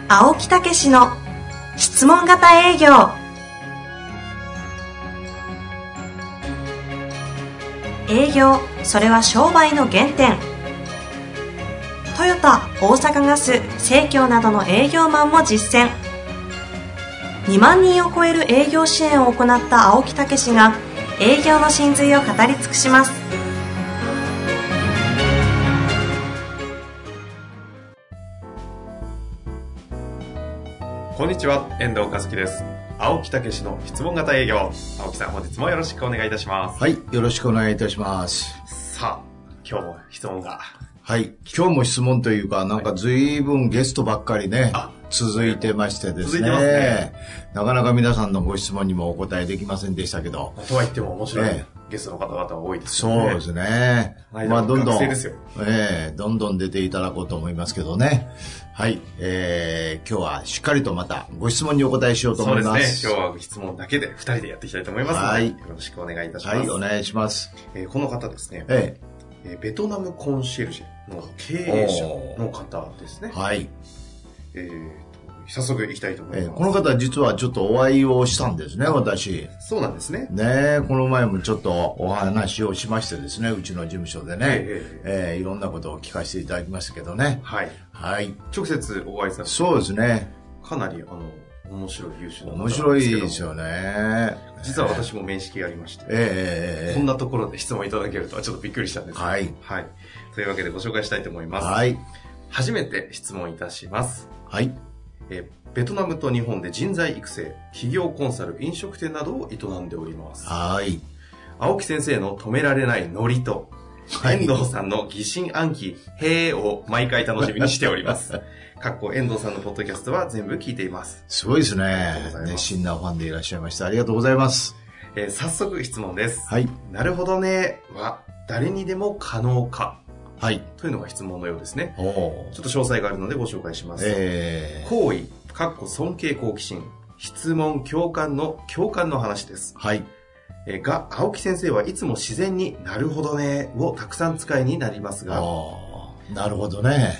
青木武の質問型営業。営業、それは商売の原点。トヨタ、大阪ガス、生協などの営業マンも実践。2万人を超える営業支援を行った青木武が営業の真髄を語り尽くします。 こんにちは、遠藤和樹です。青木武の質問型営業。青木さん、本日もよろしくお願いいたします。 はい、よろしくお願いいたします。 さあ、今日も質問が。 はい、今日も質問というか、なんか随分ゲストばっかりね、続いてましてですね。続いてますね。なかなか皆さんのご質問にもお答えできませんでしたけど。 とは言っても面白い、ゲストの方々は多いですよね。 そうですね。 まあ、どんどん、 どんどん出ていただこうと思いますけどね。はい、今日はしっかりとまたご質問にお答えしようと思います。 そうですね。今日は質問だけで2人でやっていきたいと思いますので、はい、よろしくお願いいたします。 はい、お願いします。 この方ですね、ベトナムコンシェルジェの経営者の方ですね。 はい。 早速行きたいと思います。 この方実はちょっとお会いをしたんですね、私。 そうなんですね。 ね、この前もちょっとお話をしましてですね、うちの事務所でね、いろんなことを聞かせていただきましたけどね。 はい。 はい。 直接お会いさせて。 そうですね。 かなり面白い優秀な方面白いですよね。 実は私も面識がありまして、こんなところで質問いただけるとはちょっとびっくりしたんですが、はい。はい。というわけでご紹介したいと思います。 はい。 初めて質問いたします。 はい。 ベトナムと日本で人材育成、企業コンサル、飲食店などを営んでおります。 はい。 青木先生の止められないノリと、遠藤さんの疑心暗鬼、へーを毎回楽しみにしております。遠藤さんのポッドキャストは全部聞いています。 すごいですね。熱心なファンでいらっしゃいました。ありがとうございます。 早速質問です。 はい。 なるほどねは誰にでも可能か。 はい。 というのが質問のようですね。ちょっと詳細があるのでご紹介します。行為、尊敬好奇心、質問、共感の話です。 はい。 が、青木先生はいつも自然になるほどねをたくさん使いになりますが、 なるほどね。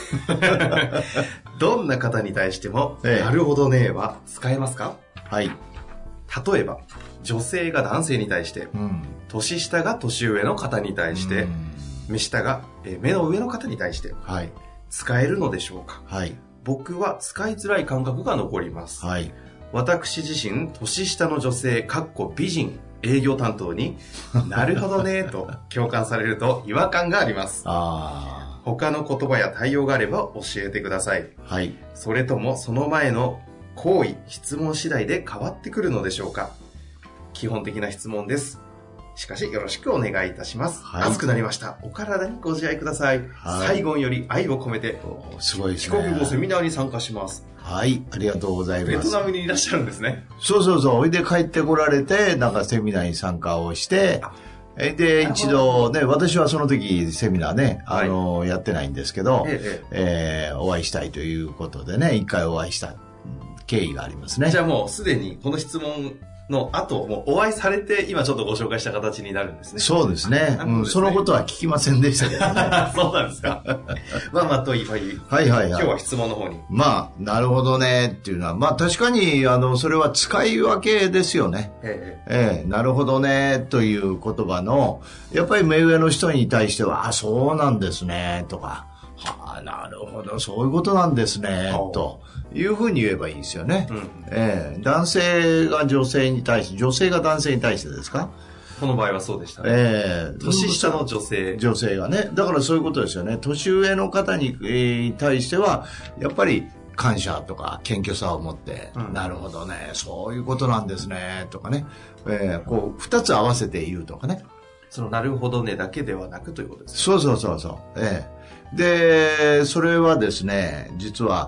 どんな方に対しても、なるほどねは使えますか？ はい。 例えば、女性が男性に対して、年下が年上の方に対して、目下が目の上の方に対して、使えるのでしょうか？ はい。 僕は使いづらい感覚が残ります。 はい。 私自身、年下の女性、美人、営業担当になるほどねと共感されると違和感があります。他の言葉や対応があれば教えてください。 はい。 それともその前の行為、質問次第で変わってくるのでしょうか？基本的な質問です。しかしよろしくお願いいたします。はい、熱くなりました。お体にご自愛ください。はい、最後より愛を込めて、 すごいですね。 帰国後セミナーに参加します。 はい、ありがとうございます。 ベトナムにいらっしゃるんですね。 そう。おいで帰ってこられて、なんかセミナーに参加をして、で、一度ね、私はその時セミナーね、やってないんですけど、お会いしたいということでね、一回お会いした経緯がありますね。 じゃあもうすでにこの質問の後、もうお会いされて、今ちょっとご紹介した形になるんですね。 そうですね。そのことは聞きませんでしたけどね。 そうなんですか。といい。 はい。 今日は質問の方に。 なるほどねっていうのは、確かに、それは使い分けですよね。なるほどねという言葉の、やっぱり目上の人に対しては、そうなんですね、とか、なるほど、そういうことなんですね、というふうに言えばいいですよね。男性が女性に対して、女性が男性に対してですか？ この場合はそうでしたね。年下の女性。 女性がね。だからそういうことですよね。年上の方に、対しては、やっぱり感謝とか謙虚さを持って、なるほどね、そういうことなんですね、とかね。二つ合わせて言うとかね。 そのなるほどねだけではなくということですね。そう。で、それはですね、実は、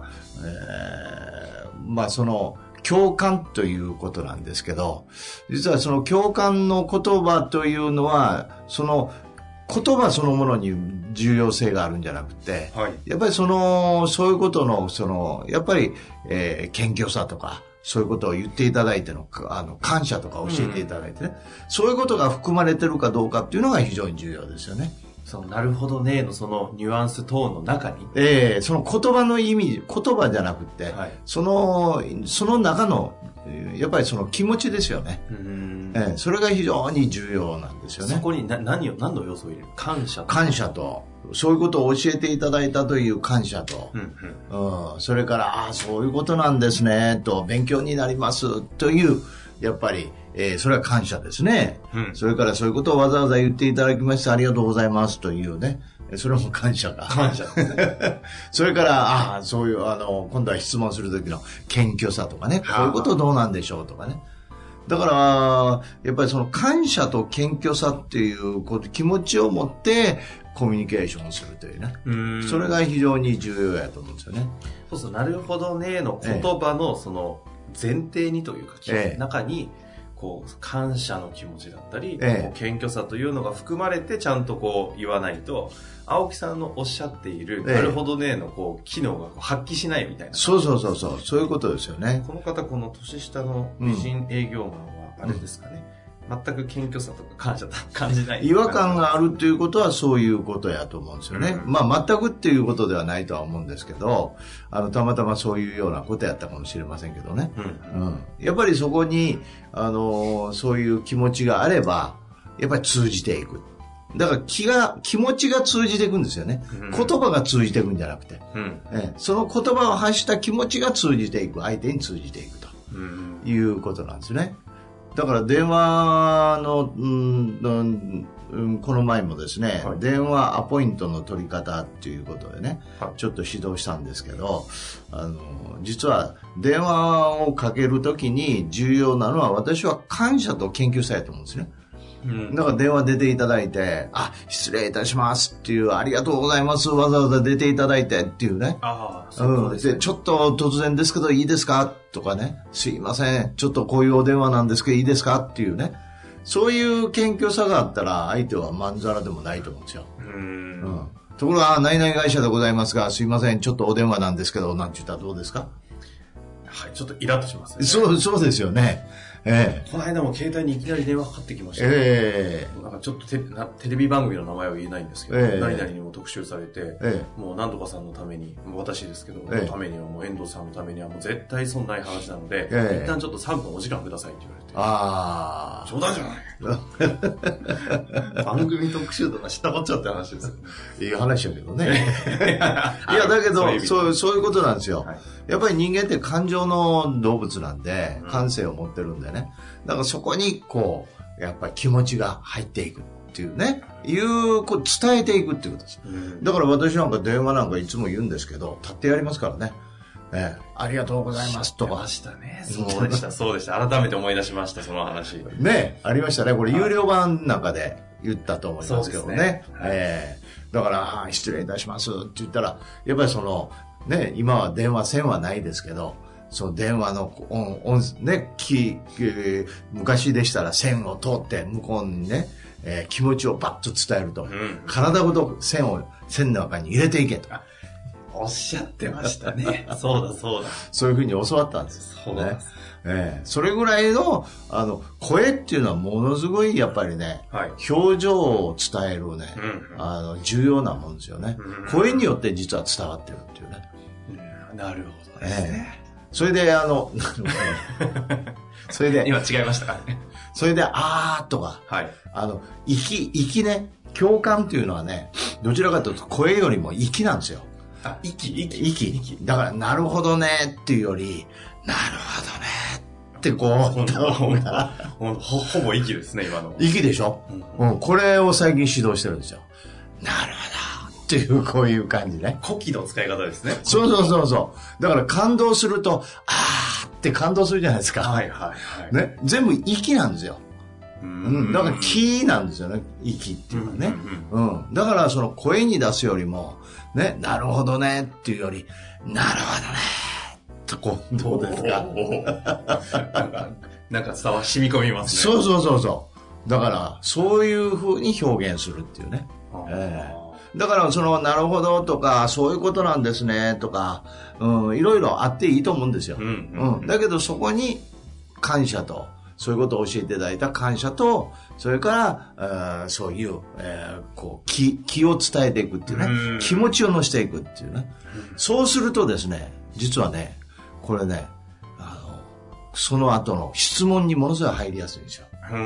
その、共感ということなんですけど、実はその共感の言葉というのは、その言葉そのものに重要性があるんじゃなくて、やっぱりそういうことの、やっぱり、謙虚さとか、そういうことを言っていただいての、感謝とか教えていただいてね、そういうことが含まれてるかどうかっていうのが非常に重要ですよね。 そのなるほどねのそのニュアンストーンの中に、 その言葉の意味、言葉じゃなくて、はい、その中のやっぱりその気持ちですよね。それが非常に重要なんですよね。 そこに何の要素を入れる？感謝と、そういうことを教えていただいたという感謝と、それからそういうことなんですねと、勉強になりますというやっぱり、それは感謝ですね、それからそういうことをわざわざ言っていただきましてありがとうございますというね、それも感謝ですねそれからそういう今度は質問する時の謙虚さとかね、こういうことどうなんでしょうとかね。だからやっぱりその感謝と謙虚さっていう気持ちを持ってコミュニケーションをするというね、それが非常に重要やと思うんですよね。 そうそう、なるほどねの言葉のその前提にというか、中にこう感謝の気持ちだったり、謙虚さというのが含まれてちゃんとこう言わないと、青木さんのおっしゃっている、なるほどねのこう機能がこう発揮しないみたいな。 そういうことですよね。 この方、この年下の美人営業マンはあれですかね、全く謙虚さとか感謝とか感じない。 違和感があるということはそういうことやと思うんですよね。全くっていうことではないとは思うんですけど、たまたまそういうようなことやったかもしれませんけどね。やっぱりそこに、そういう気持ちがあれば、やっぱり通じていく。だから気持ちが通じていくんですよね。言葉が通じていくんじゃなくて、その言葉を発した気持ちが通じていく、相手に通じていくということなんですね。だから電話の、この前もですね、電話アポイントの取り方っていうことでね、ちょっと指導したんですけど、実は電話をかけるときに重要なのは、私は感謝と謙虚さやと思うんですね。だから電話出ていただいて、失礼いたしますっていう、ありがとうございます、わざわざ出ていただいてっていうね。でちょっと突然ですけどいいですかとかね、すいません、ちょっとこういうお電話なんですけどいいですかっていうね、そういう謙虚さがあったら相手はまんざらでもないと思うんですよ。ところが、何々会社でございますが、すいません、ちょっとお電話なんですけど、なんて言ったらどうですか？ はい、ちょっとイラッとしますね。 そうですよね。 この間も携帯にいきなり電話かかってきました、なんかちょっとテレビ番組の名前は言えないんですけど、何々にも特集されて、もう何とかさんのために、私ですけど、のためにはもう遠藤さんのためにはもう絶対損ない話なので、一旦ちょっと3分お時間くださいって言われて、冗談じゃない番組特集とか知ったこっちゃって話ですよね。 いい話だけどね。いや、だけどそういうことなんですよ。やっぱり人間って感情の動物なんで、感性を持ってるんでね。だからそこにこう、やっぱり気持ちが入っていくっていうね、伝えていくっていうことです。だから私なんか電話なんかいつも言うんですけど、立ってやりますからね。ありがとうございますとか。 ましたね。そうでした。改めて思い出しました、その話。 ありましたね。これ有料版なんかで言ったと思いますけどね。だから、失礼いたしますって言ったら、やっぱり今は電話線はないですけど、その電話の昔でしたら線を通って向こうにね、気持ちをパッと伝えると、体ごと線の中に入れていけと。 おっしゃってましたね。そうだ。 そういうふうに教わったんですよ。そうです。それぐらいの、声っていうのはものすごいやっぱりね、表情を伝えるね、重要なもんですよね。声によって実は伝わってるっていうね。 なるほどですね。 それで、 今違いましたかね。 それで、とか、息ね、共感っていうのはね、どちらかというと声よりも息なんですよ。息。だから、なるほどねっていうより、なるほどねってほぼ息ですね、今の。 息でしょ、これを最近指導してるんですよ。なるほどっていう、こういう感じね。 呼気の使い方ですね。 そう。だから感動すると、って感動するじゃないですか。ね。全部息なんですよ。だから気なんですよね、息っていうのはね。だからその声に出すよりも、ね、なるほどねっていうより、なるほどねとどうですかなんか染み込みますね。そう。だからそういう風に表現するっていうね。だからなるほどとか、そういうことなんですねとか、いろいろあっていいと思うんですよ。だけどそこに感謝とそういうことを教えていただいた感謝と、それから、そういう、こう気を伝えていくっていうね、気持ちを乗せていくっていうね。そうするとですね、実はね、これね、その後の質問にものすごい入りやすいんですよ。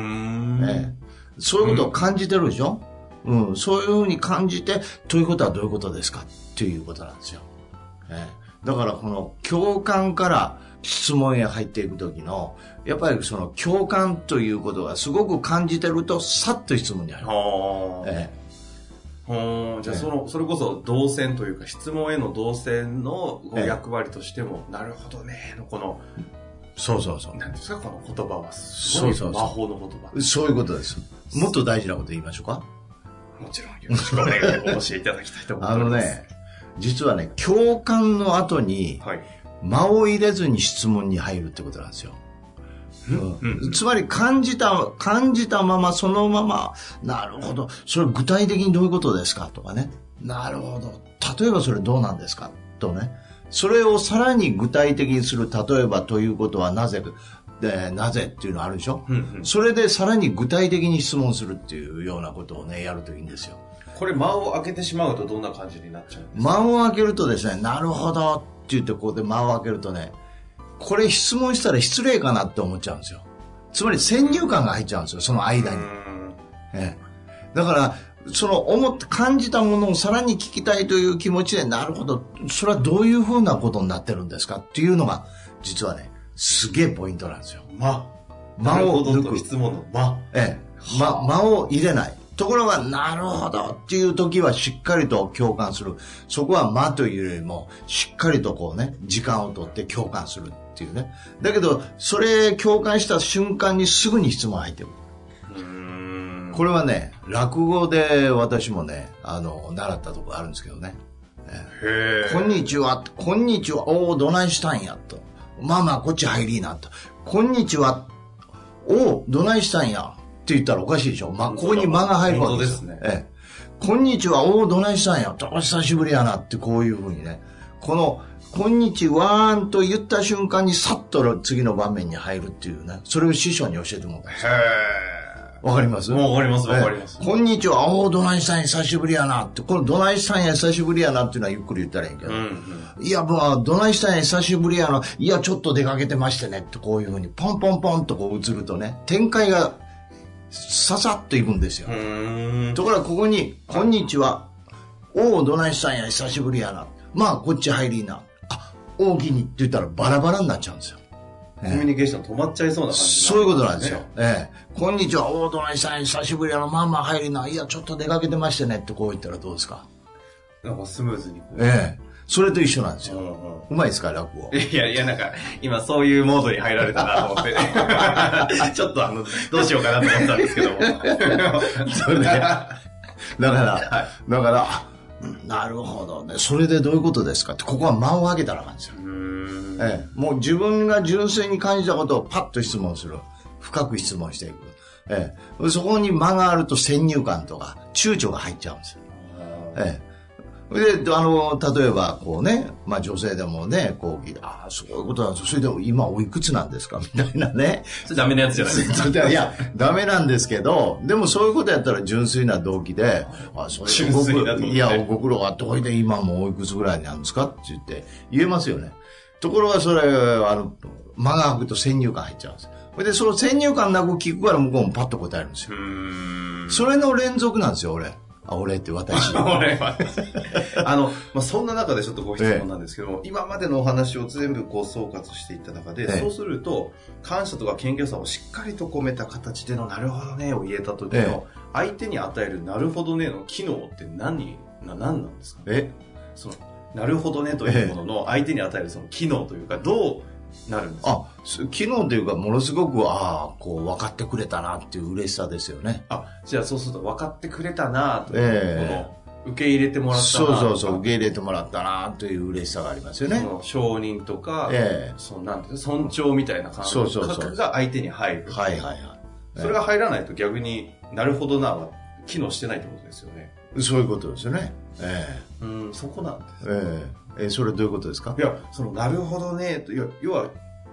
そういうことを感じてるでしょ、そういうふうに感じて、ということはどういうことですかっていうことなんですよ。だからこの共感から質問へ入っていくときの、やっぱりその共感ということがすごく感じてると、さっと質問に入る。 じゃあそれこそ動線というか、質問への動線の役割としても、なるほどねのこの、 そうそうそう。 何ですか、この言葉はすごい魔法の言葉。 そういうことです。もっと大事なこと言いましょうか。 もちろんよろしくお願いお教えいただきたいと思います。 実はね、共感の後に間を入れずに質問に入るってことなんですよ。つまり感じたままそのまま、なるほど、それ具体的にどういうことですかとかね、なるほど、例えばそれどうなんですかとね、それをさらに具体的にする、例えばということはなぜっていうのあるでしょ、それでさらに具体的に質問するっていうようなことをね、やるといいんですよ。 これ間を開けてしまうとどんな感じになっちゃうんですか？ 間を開けるとですね、なるほどって言ってこうで間を開けるとね、これ質問したら失礼かなって思っちゃうんですよ。つまり先入観が入っちゃうんですよ、その間に。だからその感じたものをさらに聞きたいという気持ちで、なるほど、それはどういうふうなことになってるんですかっていうのが実はね、すげえポイントなんですよ。間を抜く。 質問の間。 間を入れない。ところが、なるほどっていう時はしっかりと共感する。そこは間というよりも、しっかりとこうね、時間をとって共感するっていうね。だけど、それ共感した瞬間にすぐに質問入ってくる。これはね、落語で私もね、習ったところあるんですけどね。こんにちは、おー、どないしたんや、と。まあまあ、こっち入りな、と。こんにちは、おー、どないしたんや、って言ったらおかしいでしょ。ここに間が入るわけです。 本当ですね。 こんにちは、おー、どないしたんや、と。久しぶりやな、ってこういうふうにね。この、こんにちはーんと言った瞬間にさっと次の場面に入るっていうね。それを師匠に教えてもらったんですよ。わかります？ わかります。 こんにちは、おー、どないしたんや、久しぶりやなって。このどないしたんや、久しぶりやなっていうのはゆっくり言ったらいいけど。いや、まあ、どないしたんや、久しぶりやな。いや、ちょっと出かけてましてねって、こういうふうにポンポンポンとこう映るとね、展開がささっといくんですよ。ところがここに、こんにちは、おー、どないしたんや、久しぶりやな。まあ、こっち入りな。あ、大きにって言ったらバラバラになっちゃうんですよ。 コミュニケーション止まっちゃいそうな感じ、 そういうことなんですよ。こんにちは、おー、どないしたんや、久しぶりやな。まあまあ入りな。いや、ちょっと出かけてましてねってこう言ったらどうですか？ なんかスムーズにこう。 それと一緒なんですよ。うまいですか、落語。 いや、なんか、今そういうモードに入られたなと思って。ちょっとどうしようかなと思ったんですけども。 それで、だから、なるほどね。それでどういうことですかって、ここは間を空けたらなんですよ。もう自分が純粋に感じたことをパッと質問する。深く質問していく。そこに間があると先入観とか躊躇が入っちゃうんですよ。で、例えば、こうね、まあ女性でもね、こう聞いて、ああ、そういうことなんですよ。それで今おいくつなんですかみたいなね。 それダメなやつじゃないですか。 いや、ダメなんですけど、でもそういうことやったら純粋な動機で、それ純粋な動機で。 いや、ご苦労あっておいで今もうおいくつぐらいなんですかって言って言えますよね。ところがそれ、間が空くと先入観入っちゃうんです。で、その先入観なく聞くから向こうもパッと答えるんですよ。それの連続なんですよ、俺って私。 俺は。そんな中でちょっとご質問なんですけども、今までのお話を全部こう総括していった中で、そうすると、感謝とか謙虚さをしっかりと込めた形でのなるほどねを言えた時の、相手に与えるなるほどねの機能って何なんですか？そのなるほどねというものの相手に与えるその機能というか、どうなるんですか？ 機能というか、ものすごく、こう、分かってくれたなっていう嬉しさですよね。 じゃあそうすると分かってくれたなという、この、受け入れてもらったな。 そう、受け入れてもらったなという嬉しさがありますよね。 その承認とか、なんていう尊重みたいな感覚が相手に入る。それが入らないと逆になるほどなは機能してないってことですよね。 そういうことですよね。 そこなんです。 それどういうことですか？ いや、そのなるほどねと、要は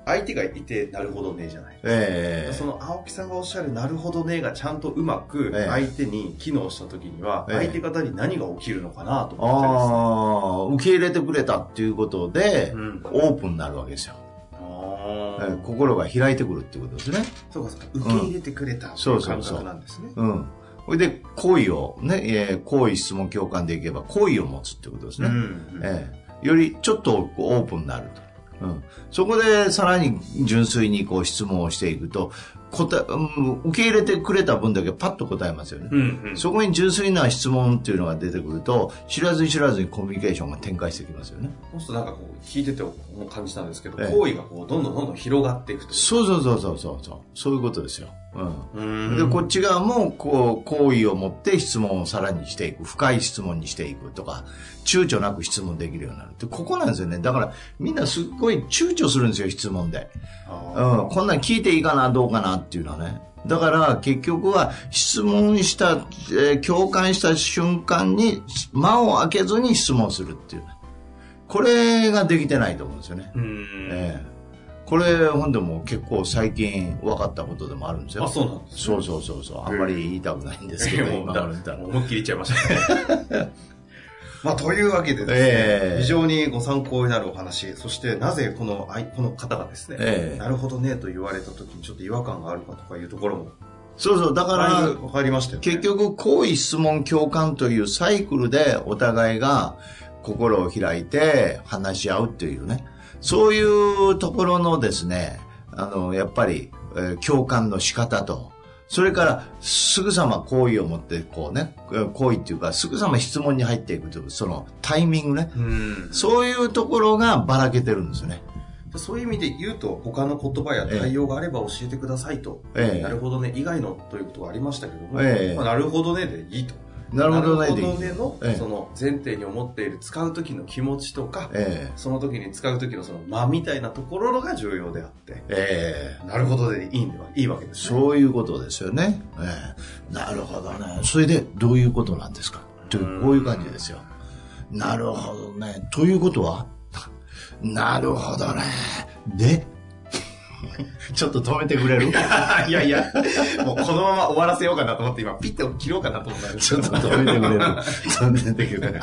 相手がいてなるほどねじゃないですか。その青木さんがおっしゃるなるほどねがちゃんとうまく相手に機能した時には、相手方に何が起きるのかなと思ってですね。 受け入れてくれたっていうことで、オープンになるわけですよ。心が開いてくるっていうことですね。 そうかそうか。受け入れてくれたっていう感覚なんですね。 それで、好意をね、好意質問共感でいけば、好意を持つってことですね。よりちょっとオープンになると。そこでさらに純粋にこう質問をしていくと、受け入れてくれた分だけパッと答えますよね。そこに純粋な質問っていうのが出てくると、知らずに知らずにコミュニケーションが展開してきますよね。 そうするとなんかこう聞いてて感じたんですけど、行為がこうどんどん広がっていくと。 そういうことですよ。で、こっち側もこう好意を持って質問をさらにしていく、深い質問にしていくとか、躊躇なく質問できるようになるって、ここなんですよね。だからみんなすっごい躊躇するんですよ、質問で。こんなん聞いていいかなどうかなっていうのはね。だから結局は質問した、共感した瞬間に間を空けずに質問するっていうね。これができてないと思うんですよね。これほんでも結構最近分かったことでもあるんですよ。 そうなんですね。 そう。あんまり言いたくないんですけど、 今思いっきり言っちゃいましたね。というわけでですね、非常にご参考になるお話、そしてなぜこの方がですね、なるほどねと言われた時にちょっと違和感があるかとかいうところも。 だから分かりましたよね。 結局好意質問共感というサイクルでお互いが心を開いて話し合うっていうね、そういうところのですね、やっぱり、共感の仕方と、それからすぐさま好意を持ってこうね、好意っていうかすぐさま質問に入っていくというそのタイミングね、そういうところがばらけてるんですよね。 そういう意味で言うと、他の言葉や対応があれば教えてくださいと、なるほどね以外のということがありましたけども、なるほどねでいいと。 なるほどねのその前提に思っている使う時の気持ちとか、その時に使う時のその間みたいなところが重要であって、なるほどでいいわけですね。 そういうことですよね。なるほどね。それでどういうことなんですかという、こういう感じですよ。なるほどね。ということはなるほどね。でちょっと止めてくれる？ いや、もうこのまま終わらせようかなと思って今ピッて切ろうかなと思ったんですけど。ちょっと止めてくれる？止めてくれる。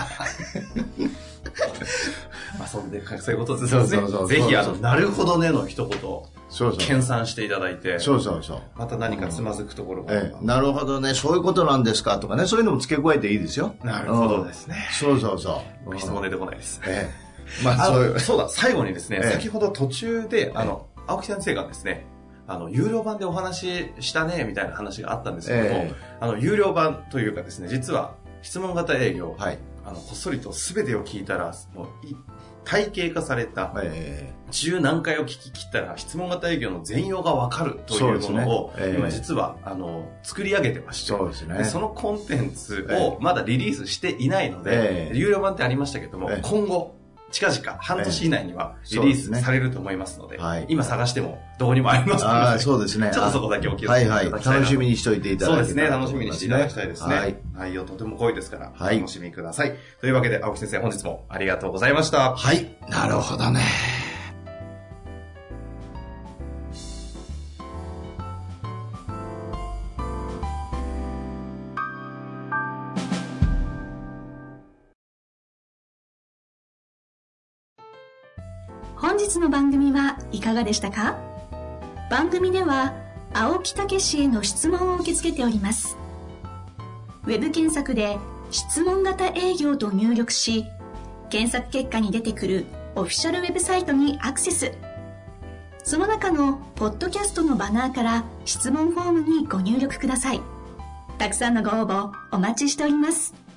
そういうことですね。ぜひなるほどねの一言を研鑽していただいて、また何かつまずくところがあれば、 なるほどね、そういうことなんですかとかね、そういうのも付け加えていいですよ。 なるほどですね。質問出てこないです。そうだ、最後にですね、先ほど途中で青木先生がですね、有料版でお話ししたねみたいな話があったんですけども、有料版というかですね、実は質問型営業、こっそりと全てを聞いたらもう体系化された、10何回を聞き切ったら質問型営業の全容が分かるというものを、今実は作り上げてまして、そのコンテンツをまだリリースしていないので、有料版ってありましたけども、今後近々半年以内にはリリースされると思いますので、今探してもどこにもありますので、 そうですね。 ちょっとそこだけお気をつけていただきたいな。 楽しみにしておいていただきたい。 そうですね、楽しみにしていただきたいですね。内容とても濃いですから、楽しみください。というわけで、青木先生、本日もありがとうございました。 はい、なるほどね。 本日の番組はいかがでしたか？番組では青木武氏への質問を受け付けております。ウェブ検索で質問型営業と入力し、検索結果に出てくるオフィシャルウェブサイトにアクセス。その中のポッドキャストのバナーから質問フォームにご入力ください。たくさんのご応募お待ちしております。